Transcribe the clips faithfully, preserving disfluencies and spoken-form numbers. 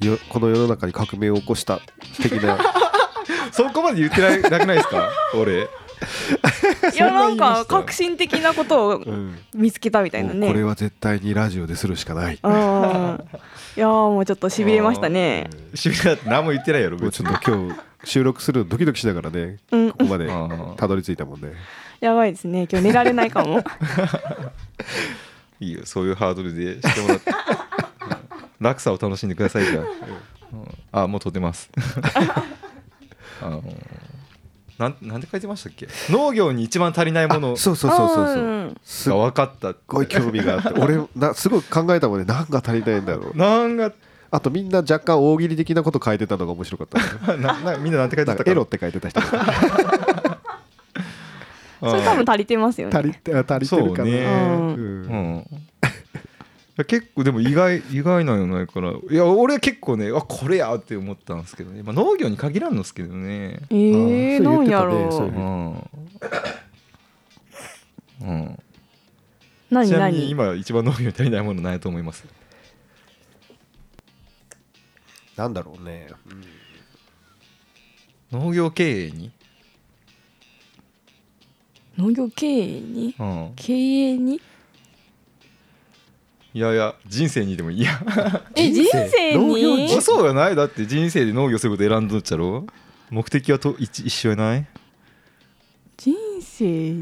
よこの世の中に革命を起こした的なそこまで言ってないなくないですか俺。 いやなんか革新的なことを見つけたみたいなね、 これは絶対にラジオでするしかない。 うんいやもうちょっとしびれましたね。 しびれだって何も言ってないやろもうちょっと今日収録するのドキドキしながらね、うん、ここまでたどり着いたもんね。 やばいですね、今日寝られないかもいいよそういうハードルでしてもらって落差を楽しんでくださいじゃあ、うん、あもう撮ってますあのなん、なんで書いてましたっけ。農業に一番足りないものそうそうそうそうそうすが分かったすごい興味があって俺なすごい考えたもんね。何が足りないんだろう。 なんがあとみんな若干大喜利的なこと書いてたのが面白かった、ね、 ななみんななんて書いてたかエロって書いてた人それ多分足りてますよね。 足りて足りてるかな、ねうんうん結構でも意外意外なんよないからいや俺結構ねあこれやって思ったんですけどね、まあ、農業に限らんのですけどね。 えー、なんやろう、 うんうん、 何何ちなみに今一番農業に足りないもの何やと思います。 なんだろうね、 うん、農業経営に農業経営に、うん、経営にいやいや人生にでもいいやえ人生にそうやないだって人生で農業すること選んどっちゃろ。目的はと 一, 一緒やない人生に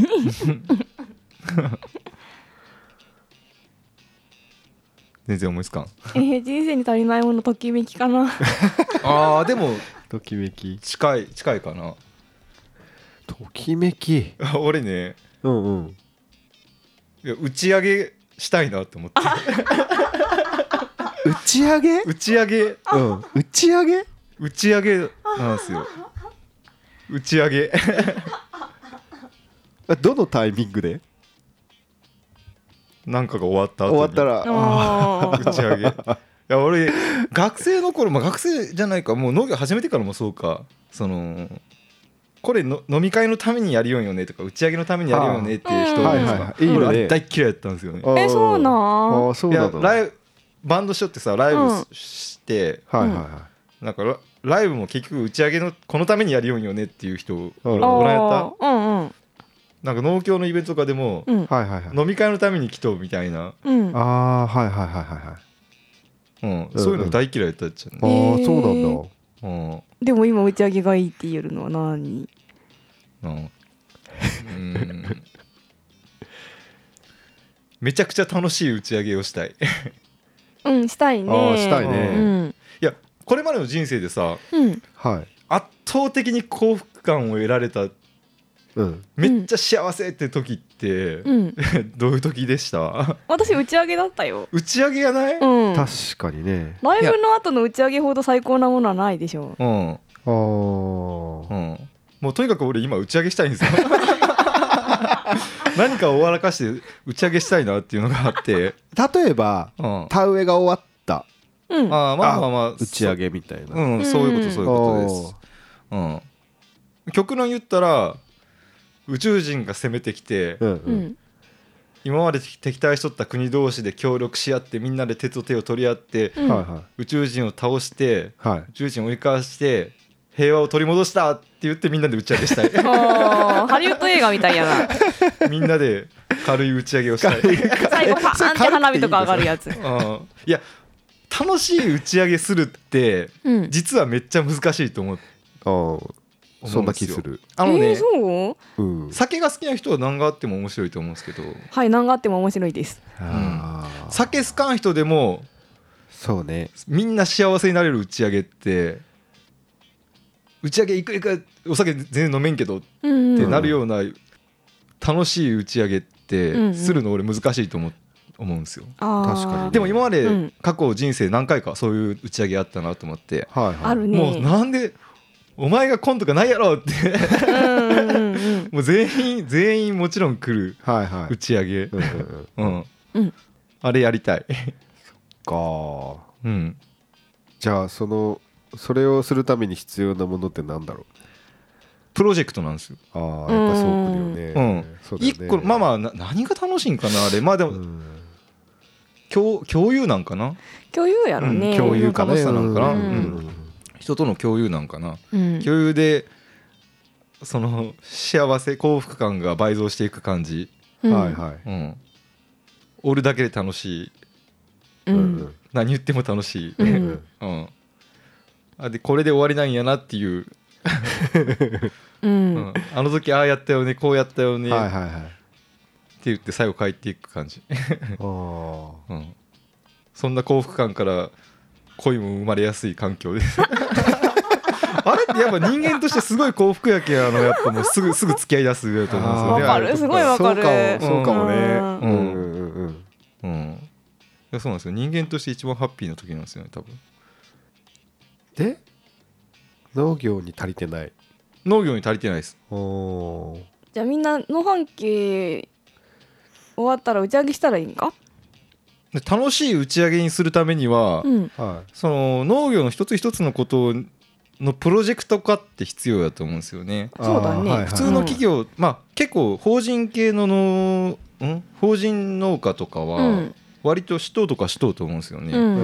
全然思いつかんえー、人生に足りないものときめきかなあーでもときめき近い近いかな。 ときめき俺ねうんうんいや打ち上げしたいなと思って打ち上げ打ち上げ、 うん、打ち上げ打ち上げなんですよ打ち上げどのタイミングでなんかが終わった後に終わったら打ち上げいや俺学生の頃、まあ、学生じゃないかもう農業始めてからもそうかそのこれの飲み会のためにやるよんよねとか打ち上げのためにやるよねっていう人が俺大っ嫌いだったんですよね。 えそうなんあそうなんだ。 ライブバンドしよってさライブして、 うん、はいはいはいなんか ラ, ライブも結局打ち上げのこのためにやるよんよねっていう人おらんやった、うんうん、なんか農協のイベントとかでも、うん、飲み会のために来とうみたいな、 うん、ああはいはいはいはいうん、うん、そういうの大嫌いだったっちゃうね、 ああそうなんだ、 うん、でも今打ち上げがいいって言えるのは何、 うん、うんめちゃくちゃ楽しい打ち上げをしたいうんしたいねあしたいね、うん、 いやこれまでの人生でさ、 うんはい、 圧倒的に幸福感を得られた、うん、めっちゃ幸せって時って、うん、どういう時でした？ 私打ち上げだったよ。 打ち上げやない？ うん、 確かにね。 ライブの後の打ち上げほど最高なものはないでしょう。 うん、あ、うん、もうとにかく俺今打ち上げしたいんですよ何かを終わらかして打ち上げしたいなっていうのがあって例えば、うん、田植えが終わった、 うん、 あまあまあまあ打ち上げみたいな、 うん、そういうことそういうことです、うん、極論言ったら宇宙人が攻めてきて、うんうん、今まで敵対しとった国同士で協力し合ってみんなで手と手を取り合って、うん、宇宙人を倒して、はい、宇宙人を追い返して平和を取り戻したって言ってみんなで打ち上げしたいハリウッド映画みたいやなみんなで軽い打ち上げをしたい最後パーンって花火とか上がるやつ。 いや楽しい打ち上げするって、うん、実はめっちゃ難しいと思う、 あそんな気する。 あのね、えー、そう、 うん、酒が好きな人は何があっても面白いと思うんですけど、 はい何があっても面白いです、 うん、酒好かん人でもそうねみんな幸せになれる打ち上げって打ち上げ行く行くお酒全然飲めんけどってなるような楽しい打ち上げってするの俺難しいと思う、思うんですよ。 確かに、ね、 でも今まで過去人生何回かそういう打ち上げあったなと思って、 はいはい、 あるね。 もうなんでお前がコントがないやろってもう全員全員もちろん来る打ち上げ、あれやりたいそっか、 うん、 じゃあそのそれをするために必要なものってなんだろう。 プロジェクトなんですよ。 ああやっぱそうくるよね。 うん、そうだよね。一個まあまあな何が楽しいんかなあれ。まあでも共, 共有なんかな共有やろね、 うん、共有かね楽しさなんかな、 うんうん、人との共有なんかな、 うん、 共有でその幸せ幸福感が倍増していく感じ、 うん、 はいはい、 うん、おるだけで楽しい、 うん、 何言っても楽しい、 うんうん、あでこれで終わりなんやなっていう、 うんうん、あの時ああやったよねこうやったよね、 はいはいはい、 って言って最後帰っていく感じ、 あ、 うん、そんな幸福感から恋も生まれやすい環境ですあれってやっぱ人間としてすごい幸福やけあのやっぱもうすぐすぐ付き合い出す上だと思うんですよね。 わかる、すごいわかる。 そうかもね。 うんうんうんうんうん。いやそうなんですよ。人間として一番ハッピーな時なんですよね多分。 で農業に足りてない。 農業に足りてないです。 おじゃあみんな農飯期終わったら打ち上げしたらいいんか。 で楽しい打ち上げにするためには、 うん、 その農業の一つ一つのことのプロジェクト化って必要だと思うんですよね。 そうだね、はいはい、 普通の企業、うん、まあ結構法人系ののん法人農家とかは割としとうとかしとうと思うんですよね、 うんうんうん、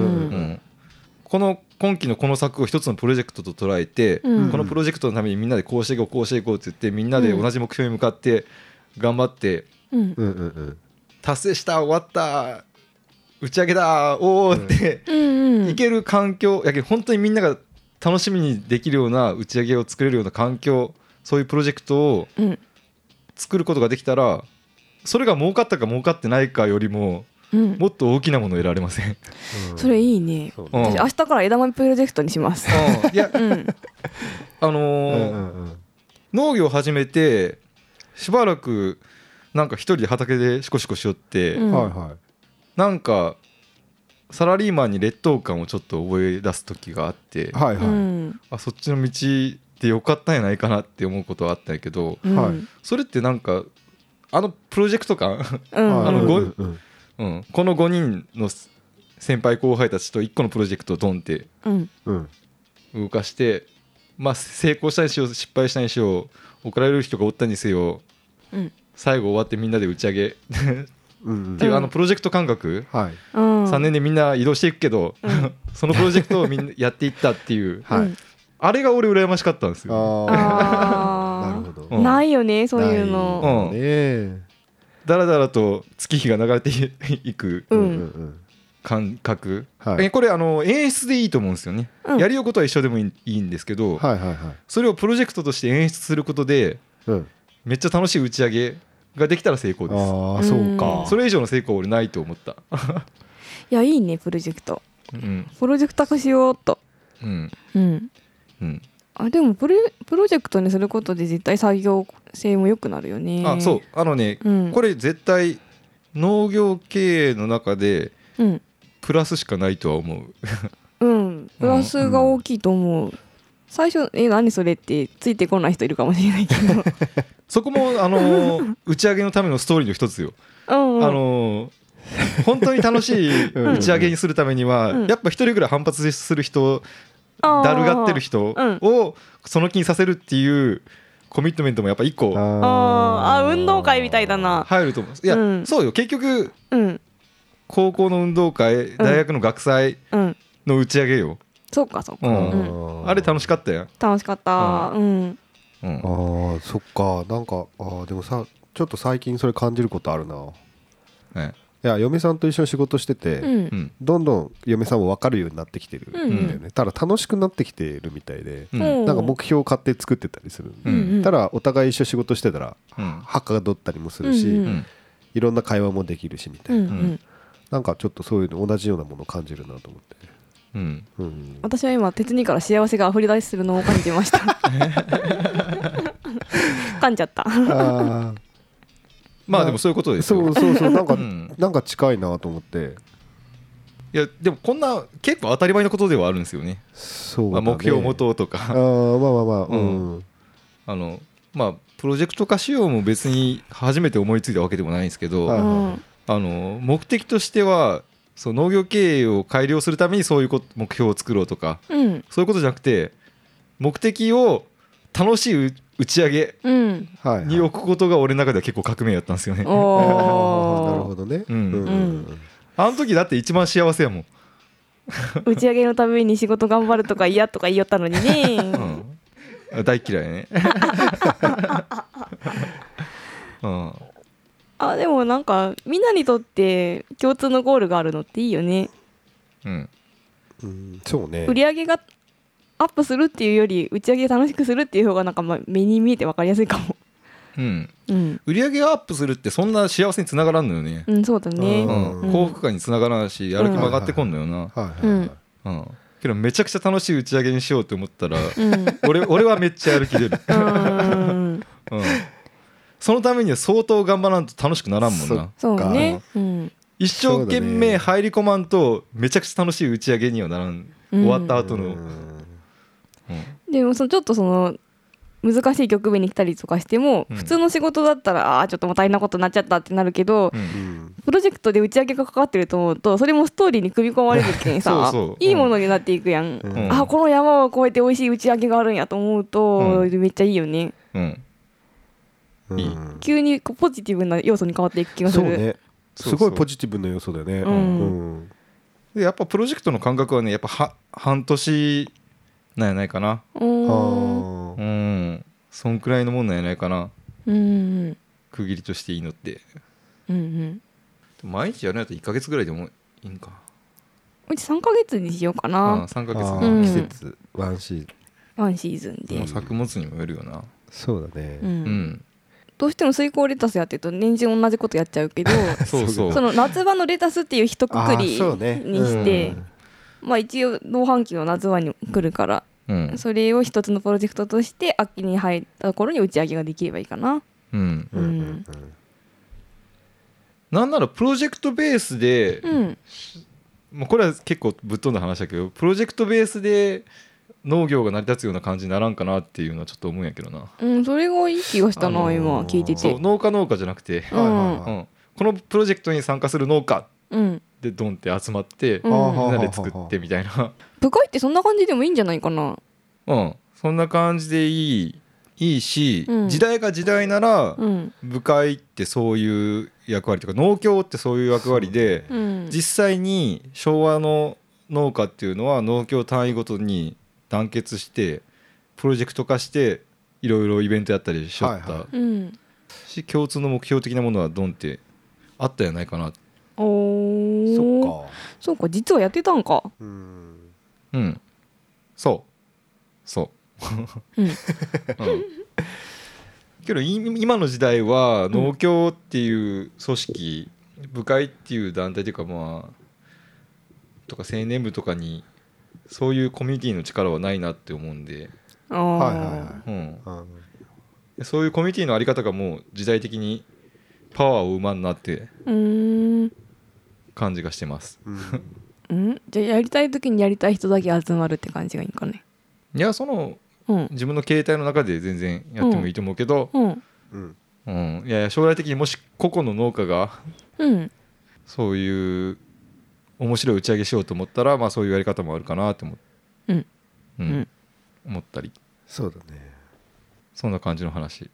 この今期のこの作を一つのプロジェクトと捉えて、うん、このプロジェクトのためにみんなでこうしていこうこうしていこうって言ってみんなで同じ目標に向かって頑張って、 うんうんうん、達成した終わった打ち上げだおーって、うん、いける環境やけど本当にみんなが楽しみにできるような打ち上げを作れるような環境、そういうプロジェクトを作ることができたら、それが儲かったか儲かってないかよりも、うん、もっと大きなものを得られません、 うん、それいいね、うん、私明日から枝豆プロジェクトにします、 うん、いや、うん、あのーうんうんうん、農業を始めてしばらくなんか一人で畑でシコシコしよって、うん、なんかサラリーマンに劣等感をちょっと覚え出す時があって、はいはい、あそっちの道でよかったんやないかなって思うことはあったんやけど、うん、それってなんかあのプロジェクト感、うん、あのご、うんうん、このごにんの先輩後輩たちといっこのプロジェクトをドンって動かして、まあ、成功したにしよう失敗したにしよう怒られる人がおったにせよ、うん、最後終わってみんなで打ち上げっていうあのプロジェクト感覚、はい、さんねんでみんな移動していくけど、うん、そのプロジェクトをみんなやっていったっていう、はい、あれが俺羨ましかったんですよ。 あなるほど、うん、ないよねそういうの、 うん、だらだらと月日が流れていく感覚、うん、えこれあの演出でいいと思うんですよね、うん、やりようことは一緒でもいいんですけど、はいはいはい、それをプロジェクトとして演出することで、うん、めっちゃ楽しい打ち上げができたら成功です。 あそうか、 それ以上の成功は俺ないと思ったいやいいねプロジェクト、うん、プロジェクト化しようっと、うんうんうん、あでもプロ、プロジェクトにすることで絶対作業性も良くなるよね。 あそうあのね、うん、これ絶対農業経営の中でプラスしかないとは思ううんプラスが大きいと思う、うん、最初え何それってついてこない人いるかもしれないけどそこも、あのー、打ち上げのためのストーリーの一つよ、うんうん、あのー、本当に楽しい打ち上げにするためには、うん、やっぱ一人ぐらい反発する人だるがってる人をその気にさせるっていうコミットメントもやっぱ一個ああ運動会みたいだな入ると思う。いや、うん、そうよ結局、うん、高校の運動会大学の学祭の打ち上げよ、うん、 そうかそうか、 うんうん、あれ楽しかったよ。 楽しかったうん、 うん、ああそっかなんかあでもさちょっと最近それ感じることあるな、ね、いや嫁さんと一緒に仕事してて、うん、どんどん嫁さんも分かるようになってきてるんだよね、うん、ただ楽しくなってきてるみたいで、うん、なんか目標を買って作ってたりする、うん、ただお互い一緒仕事してたら、うん、はかどったりもするし、うん、いろんな会話もできるしみたいな、うん、なんかちょっとそういうの同じようなものを感じるなと思って、 うんうん、私は今鉄にから幸せが溢れ出するのを感じました噛んじゃったあまあでもそういうことですよ。 そうそうそうなんか、うん、なんか近いなと思って。 いやでもこんな結構当たり前のことではあるんですよね。 そうだね、 まあ、目標を持とうとかあまあまあまあ、うんうん、あのまあプロジェクト化しようも別に初めて思いついたわけでもないんですけど、はいはい、あの目的としてはそう農業経営を改良するためにそういうこと目標を作ろうとか、うん、そういうことじゃなくて目的を楽しい打ち上げに置くことが俺の中では結構革命やったんですよね。 なるほどね、うんうん、 あの時だって一番幸せやもん。 打ち上げのために仕事頑張るとか嫌とか言いよったのにね、 うん、大嫌いね、 うん、あでもなんかみんなにとって共通のゴールがあるのっていいよね。 うん、うん、そうね。 売り上げがアップするっていうより打ち上げ楽しくするっていう方がなんかまあ目に見えて分かりやすいかも。 うんうん、売り上げがアップするってそんな幸せにつながらんのよね。 うん、そうだね、 うん、幸福感につながらんしやる気も上がってこんのよな。けどめちゃくちゃ楽しい打ち上げにしようと思ったら、うん、俺, 俺はめっちゃやる気出る。うん、そのためには相当頑張らんと楽しくならんもんな。 そうね、うん、 一生懸命入り込まんとめちゃくちゃ楽しい打ち上げにはならん、終わった後の、うんうん、でもそのちょっとその難しい局面に来たりとかしても、うん、普通の仕事だったらあちょっともう大変なことになっちゃったってなるけど、うん、プロジェクトで打ち上げがかかってると思うとそれもストーリーに組み込まれるけんさそうそう、いいものになっていくやん、うん、あこの山を越えて美味しい打ち上げがあるんやと思うと、うん、めっちゃいいよね、うんいい急にポジティブな要素に変わっていく気がする。そうね、 すごいポジティブな要素だよね、うんうん、でやっぱプロジェクトの感覚はねやっぱは半年なんやないかな。うんうんそんくらいのもんなんやないかな、うんうん、区切りとしていいのって、うんうん、毎日やるんやったらいっかげつぐらいでもいいんか。 うちさんかげつにしようかな。 あさんかげつ、 うん、季節ワンシーズンワンシーズンで作物にもよるよな。 そうだね、 うんうん、どうしても水耕レタスやってると年中同じことやっちゃうけどそうそうその夏場のレタスっていう一括りにして、ねうん、まあ一応農繁期の夏場に来るからうん、それを一つのプロジェクトとして秋に入った頃に打ち上げができればいいかな、うんうん、 なんならプロジェクトベースで、うん、もうこれは結構ぶっ飛んだ話だけどプロジェクトベースで農業が成り立つような感じにならんかなっていうのはちょっと思うんやけどな、 うん、それがいい気がしたな、あのー、今聞いててそう農家農家じゃなくて、うんうん、このプロジェクトに参加する農家、うんでドンって集まって、うん、みんなで作ってみたいな部会ってそんな感じでもいいんじゃないかな。 うんそんな感じでいいいいし、うん、時代が時代なら、うん、部会ってそういう役割というか農協ってそういう役割で、うん、実際に昭和の農家っていうのは農協単位ごとに団結してプロジェクト化していろいろイベントやったりしよった、はいはい、し共通の目標的なものはドンってあったんじゃないかな。 おそっかそうか実はやってたんか。 うんうんそうそううん、うん、けど今の時代は農協っていう組織、うん、部会っていう団体というかまあとか青年部とかにそういうコミュニティの力はないなって思うんで、あはいはいはいうん、そういうコミュニティのあり方がもう時代的にパワーを生まんなってうーん感じがしてます、 うん、じゃあやりたい時にやりたい人だけ集まるって感じがいいんかね。 いやその、うん、自分の携帯の中で全然やってもいいと思うけど、うんうんうん、いやいや将来的にもし個々の農家が、うん、そういう面白い打ち上げしようと思ったら、まあ、そういうやり方もあるかなって思、うんうんうん、思ったり。 そうだねそんな感じの話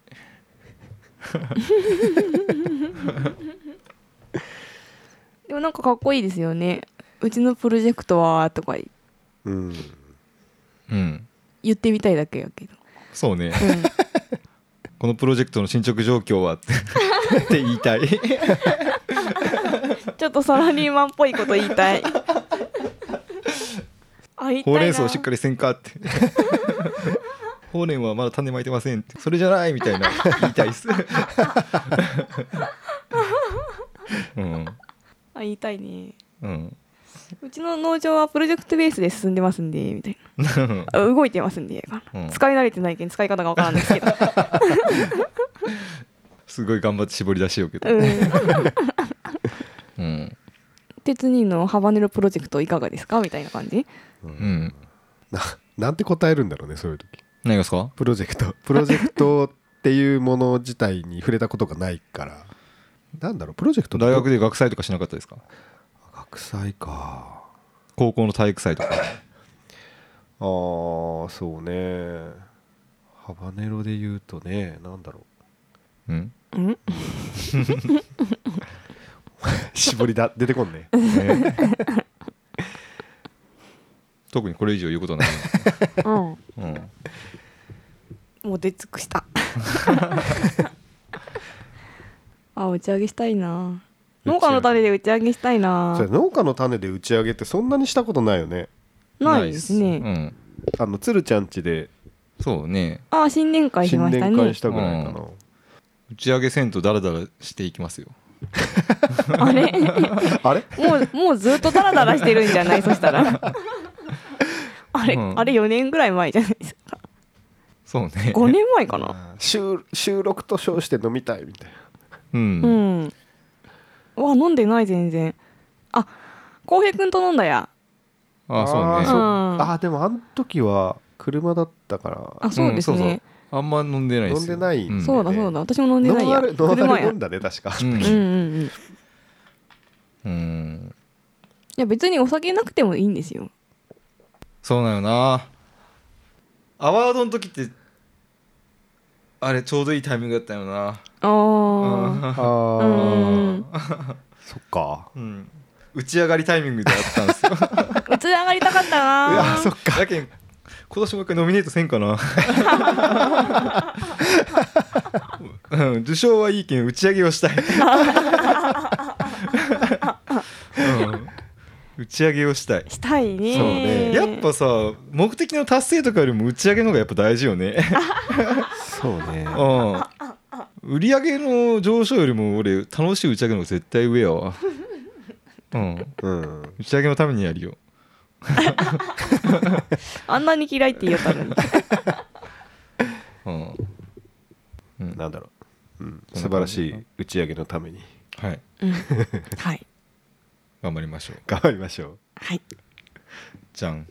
でもなんかかっこいいですよね。うちのプロジェクトはとか、うんうん、言ってみたいだけやけどそうね、うん、このプロジェクトの進捗状況はって言いたいちょっとサラリーマンっぽいこと言いたいほうれん草しっかりせんかってほうれんはまだ種まいてませんってそれじゃないみたいな言いたいっすうんあ言いたいね、うん、うちの農場はプロジェクトベースで進んでますんでみたいな動いてますんで、うん、使い慣れてないけん使い方がわからんですけどすごい頑張って絞り出しようけど、うんうん、鉄人のハバネロプロジェクトいかがですかみたいな感じ、うん、 な, なんて答えるんだろうねそういう時。 何ですかプロジェクトプロジェクトっていうもの自体に触れたことがないからなんだろうプロジェクト大学で学祭とかしなかったですか。 学祭か高校の体育祭とかああそうねハバネロで言うとねなんだろううん絞りだ出てこんねね特にこれ以上言うことない、 うんうん、もう出尽くしたあ、打ち上げしたいな。農家の種で打ち上げしたいな。 それ農家の種で打ち上げってそんなにしたことないよね。 ないですね、うん、 あのつるちゃん家でそうね、 あ、新年会しましたね。 新年会したぐらいかな、うん、 打ち上げせんとダラダラしていきますよあれあれもう、もうずっとダラダラしてるんじゃないそしたらあれ、うん、あれよねんぐらい前じゃないですか。 そうね、 ごねんまえかな。 収, 収録と称して飲みたいみたいな。 うん、 うん、うわ飲んでない全然。あ、浩平くんと飲んだや。 あ、そうね、 あ、そ、うん、あでもあの時は車だったから。 あ、そうですね、うん、そうそう、 あんま飲んでないですよ。 飲んでない、 うん、そうだそうだ、私も飲んでないや。 車や飲んだね確か。 うんうんうんうん。いや別にお酒なくてもいいんですよ。 そうなのな。アワードの時ってあれちょうどいいタイミングだったよな。 あーあーそっか、 うん、打ち上がりタイミングであったんですよ打ち上がりたかったな。 いやそっか。 だけん今年もう一回ノミネートせんかなうん、受賞はいいけん打ち上げをしたい、うん、打ち上げをしたいしたいね。 そうね、やっぱさ目的の達成とかよりも打ち上げの方がやっぱ大事よねそうね、 うん、売り上げの上昇よりも俺楽しい打ち上げの方が絶対上やわ、うんうん、打ち上げのためにやるよあんなに嫌いって言ったのにうんうん、なんだろう、うん、素晴らしい打ち上げのために、 はい、 うん、はい頑張りましょう。 頑張りましょう。 はい。 じゃん。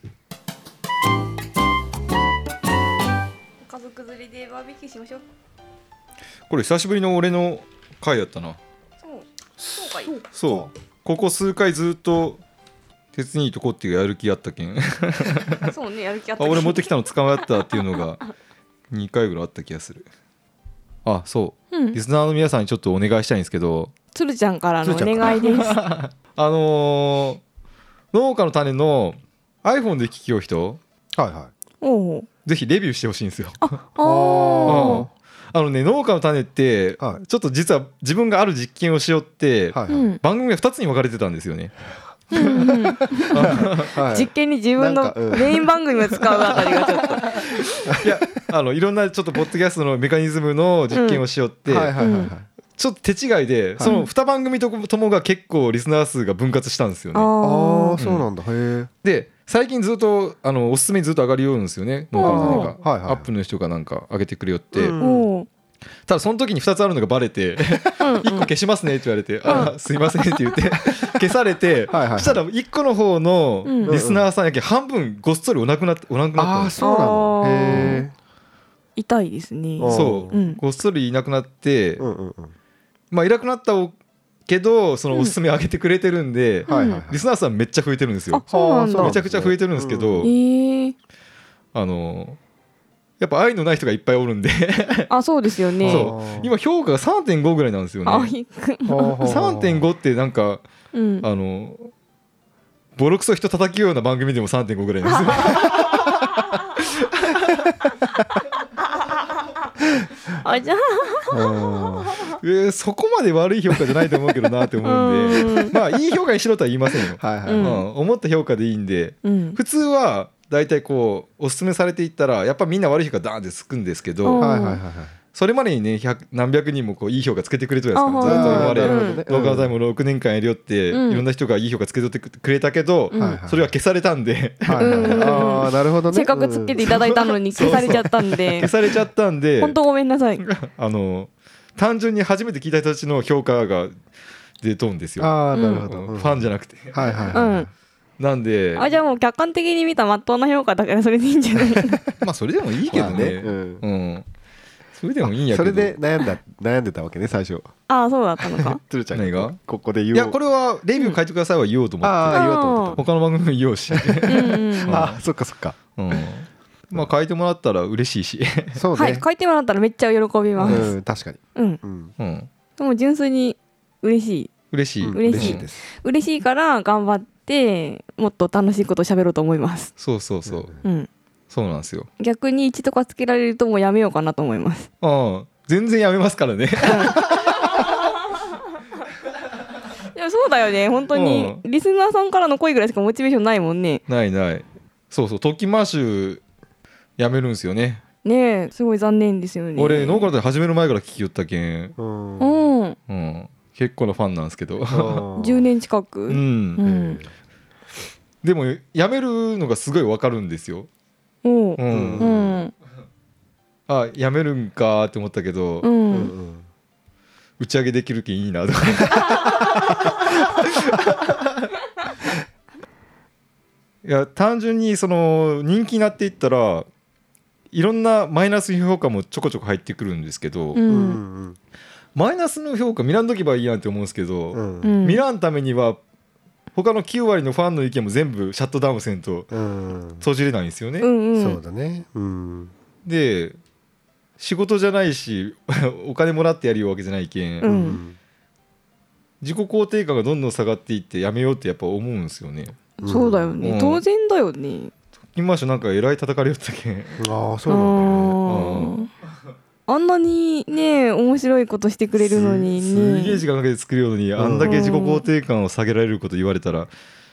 家族連れでバーベキューしましょう。 これ久しぶりの俺の回やったな。 そう。そうかい。 そう。ここ数回ずっと鉄にいいとこっていうやる気やったけん。 そうね、やる気あった。 あ、俺持ってきたの捕まったっていうのがにかいぐらいあった気がする。あ、そう、うん、リスナーの皆さんにちょっとお願いしたいんですけど。 つるちゃんからのお願いです。 あのー、農家の種の iPhone で聞きよう人、 はいはい、 おぜひレビューしてほしいんですよ。 ああ、うん、 あのね、農家の種って、はい、ちょっと実は自分がある実験をしよって、はいはい、番組がふたつに分かれてたんですよね。 うんうんはい、実験に自分のメイン番組を使うあたりがちょっといや、あのいろんなちょっとポッドキャストのメカニズムの実験をしよって、ちょっと手違いで、そのに番組ともが結構リスナー数が分割したんですよね。 ああ、そうなんだ。へえ。 で最近ずっとあのおすすめにずっと上がるようんですよね、農家の種が、はいはい、アップの人がなんか上げてくれよって、うん、ただその時にふたつあるのがバレていっこ消しますねって言われて、うん、あすいませんって言って消されてはいはい、はい、そしたらいっこの方のリスナーさんやけ半分ごっそりお亡くなってお亡くなったんですよ。 あ、そうなの。へえ。 痛いですね。 そう、うん、ごっそりいなくなって、うんうんうん、まあいなくなったけどそのおすすめ上げてくれてるんで、うん、リスナーさんめっちゃ増えてるんですよ。 あ、そうなんだ。 めちゃくちゃ増えてるんですけど、うん、あのやっぱ愛のない人がいっぱいおるんであ、そうですよね。 そう今評価が さんてんご ぐらいなんですよね。さんてんご ってなんか、うん、あのボロクソ人叩きような番組でも さんてんご ぐらいなんですよあ、じゃあえー、そこまで悪い評価じゃないと思うけどなって思うんでうんまあいい評価にしろとは言いませんよ、はいはい、うん、思った評価でいいんで、うん、普通はだいたいこうおすすめされていったらやっぱみんな悪い評価ダーンってつくんですけど、はいはいはいはい、それまでにね何百人もこういい評価つけてくれてるじゃないですか。ずっと今まで農家の種もろくねんかんやりよって、うん、いろんな人がいい評価つけてくれたけど、うん、それは消されたんで、はいはいはい、 あ、なるほどね、 せっかくつけていただいたのに消されちゃったんで消されちゃったんで本当ごめんなさいあの単純に初めて聞いた人たちの評価が出とんですよ。 あ、なるほど、 うん、ファンじゃなくて、 はいはいはい、 うん、 なんであ、じゃあもう客観的に見たまっとうな評価だからそれでいいんじゃないまあそれでもいいけどね、うんうん、それでもいいんやけど、 それで悩んだ悩んでたわけね最初。 ああ、そうだったのかつるちゃん何がここで言おう。 いやこれはレビュー書いてくださいは言おうと思って、うん、 ああ言おうと思ってた。 他の番組も言おうしうんうん、あ、そっかそっか、うん、 まあ書いてもらったら嬉しいしそうね、 はい、書いてもらったらめっちゃ喜びます、 うん、確かに、 うんうん、でも純粋に嬉しい嬉しい、 うん、嬉しいです嬉しいから頑張ってもっと楽しいことを喋ろうと思います。 そうそうそう、 うん、 そうなんですよ。 逆にいちとかつけられるともうやめようかなと思います。 ああ全然やめますからね。 いやそうだよね本当に、うん、リスナーさんからの声ぐらいしかモチベーションないもんね。 ないない。そうそうトッキンマッシュやめるんですよね。 ねえすごい残念ですよね。 俺ノーカルで始める前から聞きよったけん、うんうんうん、結構なファンなんですけどじゅうねん近く、 うんうん、でもやめるのがすごい分かるんですよ。うんうんうん、あやめるんかって思ったけど、うんうん、打ち上げできるけんいいなとかいや単純にその人気になっていったらいろんなマイナス評価もちょこちょこ入ってくるんですけど、うん、マイナスの評価見らんとけばいいやんって思うんですけど、うん、見らんためには他のきゅう割のファンの意見も全部シャットダウンせんと閉じれないんですよね、うんうん、 そうだね、うん、 で仕事じゃないしお金もらってやるよわけじゃないけん、うん、自己肯定感がどんどん下がっていってやめようってやっぱ思うんですよね。 そうだよね、うん、当然だよね。 今しなんかえらい叩かれよったけん。 ああそうなんだね。 あんなにね面白いことしてくれるのにねす, すげえ時間かけて作るようにあんだけ自己肯定感を下げられること言われたら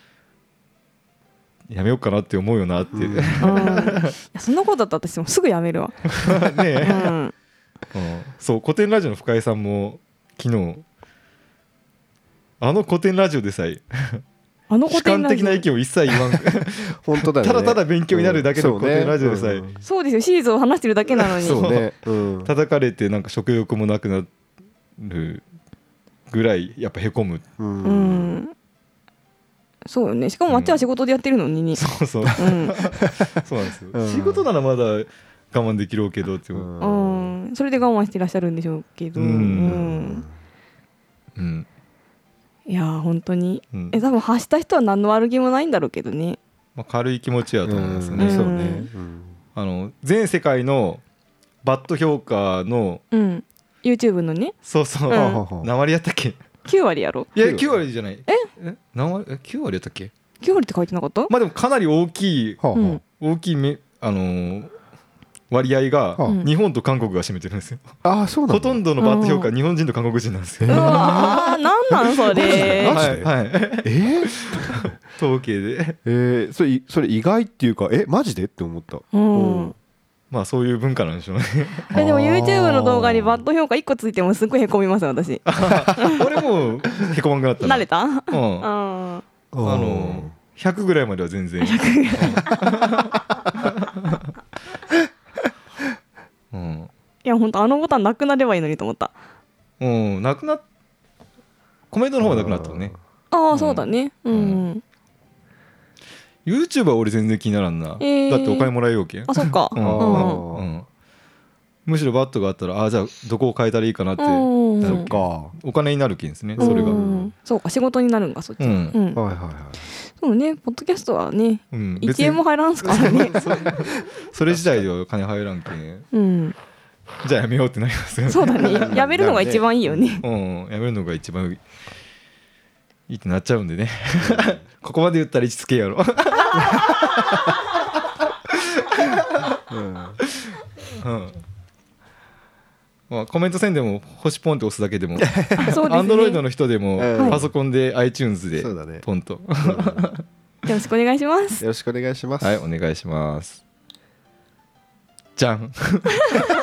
やめようかなって思うよなって、うん、いやそんなことだったら私もすぐやめるわねえ、 うんうん、そう古典ラジオの深井さんも昨日あの古典ラジオでさえあの主観的な意見を一切言わん本当だよね、 ただただ勉強になるだけの古典ラジオでさえ、うんそうねうん、そうですよシリーズを話してるだけなのにそうね、うん、叩かれてなんか食欲もなくなるぐらいやっぱへこむ、うん、うん、 そうよねしかもあっちは仕事でやってるのに、ねうん、 そうそう、うん、そうなんですよ、うん、仕事ならまだ我慢できるけどって、うんうん、それで我慢してらっしゃるんでしょうけど、うんうんうん、いや本当に、うん、え多分発した人は何の悪気もないんだろうけどね、 まあ、軽い気持ちやと思いますよね、うん、そうね、うん、あの全世界のバッド評価の、 うん、YouTube のねそうそう、うん、何割やったっけきゅう割やろいやきゅう割じゃないええ何割えきゅう割やったっけきゅう割って書いてなかったまあでもかなり大きい、うん、大きいめあのー割合が日本と韓国が占めてるんですよ、うん、あそうなんだほとんどのバッド評価、うん、日本人と韓国人なんですよ。 あなんなんそれマジで、はいはい、えー、 統計で、 えー、それそれ意外っていうかえマジでって思った、うんうん、まあそういう文化なんでしょうねえでも YouTube の動画にバッド評価いっこついてもすっごいへこみます私俺もへこまんくなった慣れた、うん、 あのひゃくぐらいまでは全然うん、いや本当あのボタンなくなればいいのにと思った。 うんなくなっコメントの方がなくなったね。 ああ、うん、そうだね。うん、うん、 YouTube は俺全然気にならんな、えー、だってお金もらえようけん。 あそっか、うんうんうん、むしろバットがあったらあじゃあどこを変えたらいいかなって、 うん、 そっかお金になるけんですねそれが、うん、 そうか仕事になるんかそっち、うんうん、はいはいはいそうね、ポッドキャストはね、うん、いちえんも入らんすからねそ, それ自体では金入らんけん、うん、じゃあやめようってなりますよね。 そうだねやめるのが一番いいよね、 うん、やめるのが一番いいってなっちゃうんでねここまで言ったら位置つけやろうんうんまあ、コメントせんでも星ポンって押すだけでもアンドロイドの人でもパソコンで iTunes でポンと、ねうん、よろしくお願いします。 よろしくお願いします。 はいお願いしますじゃん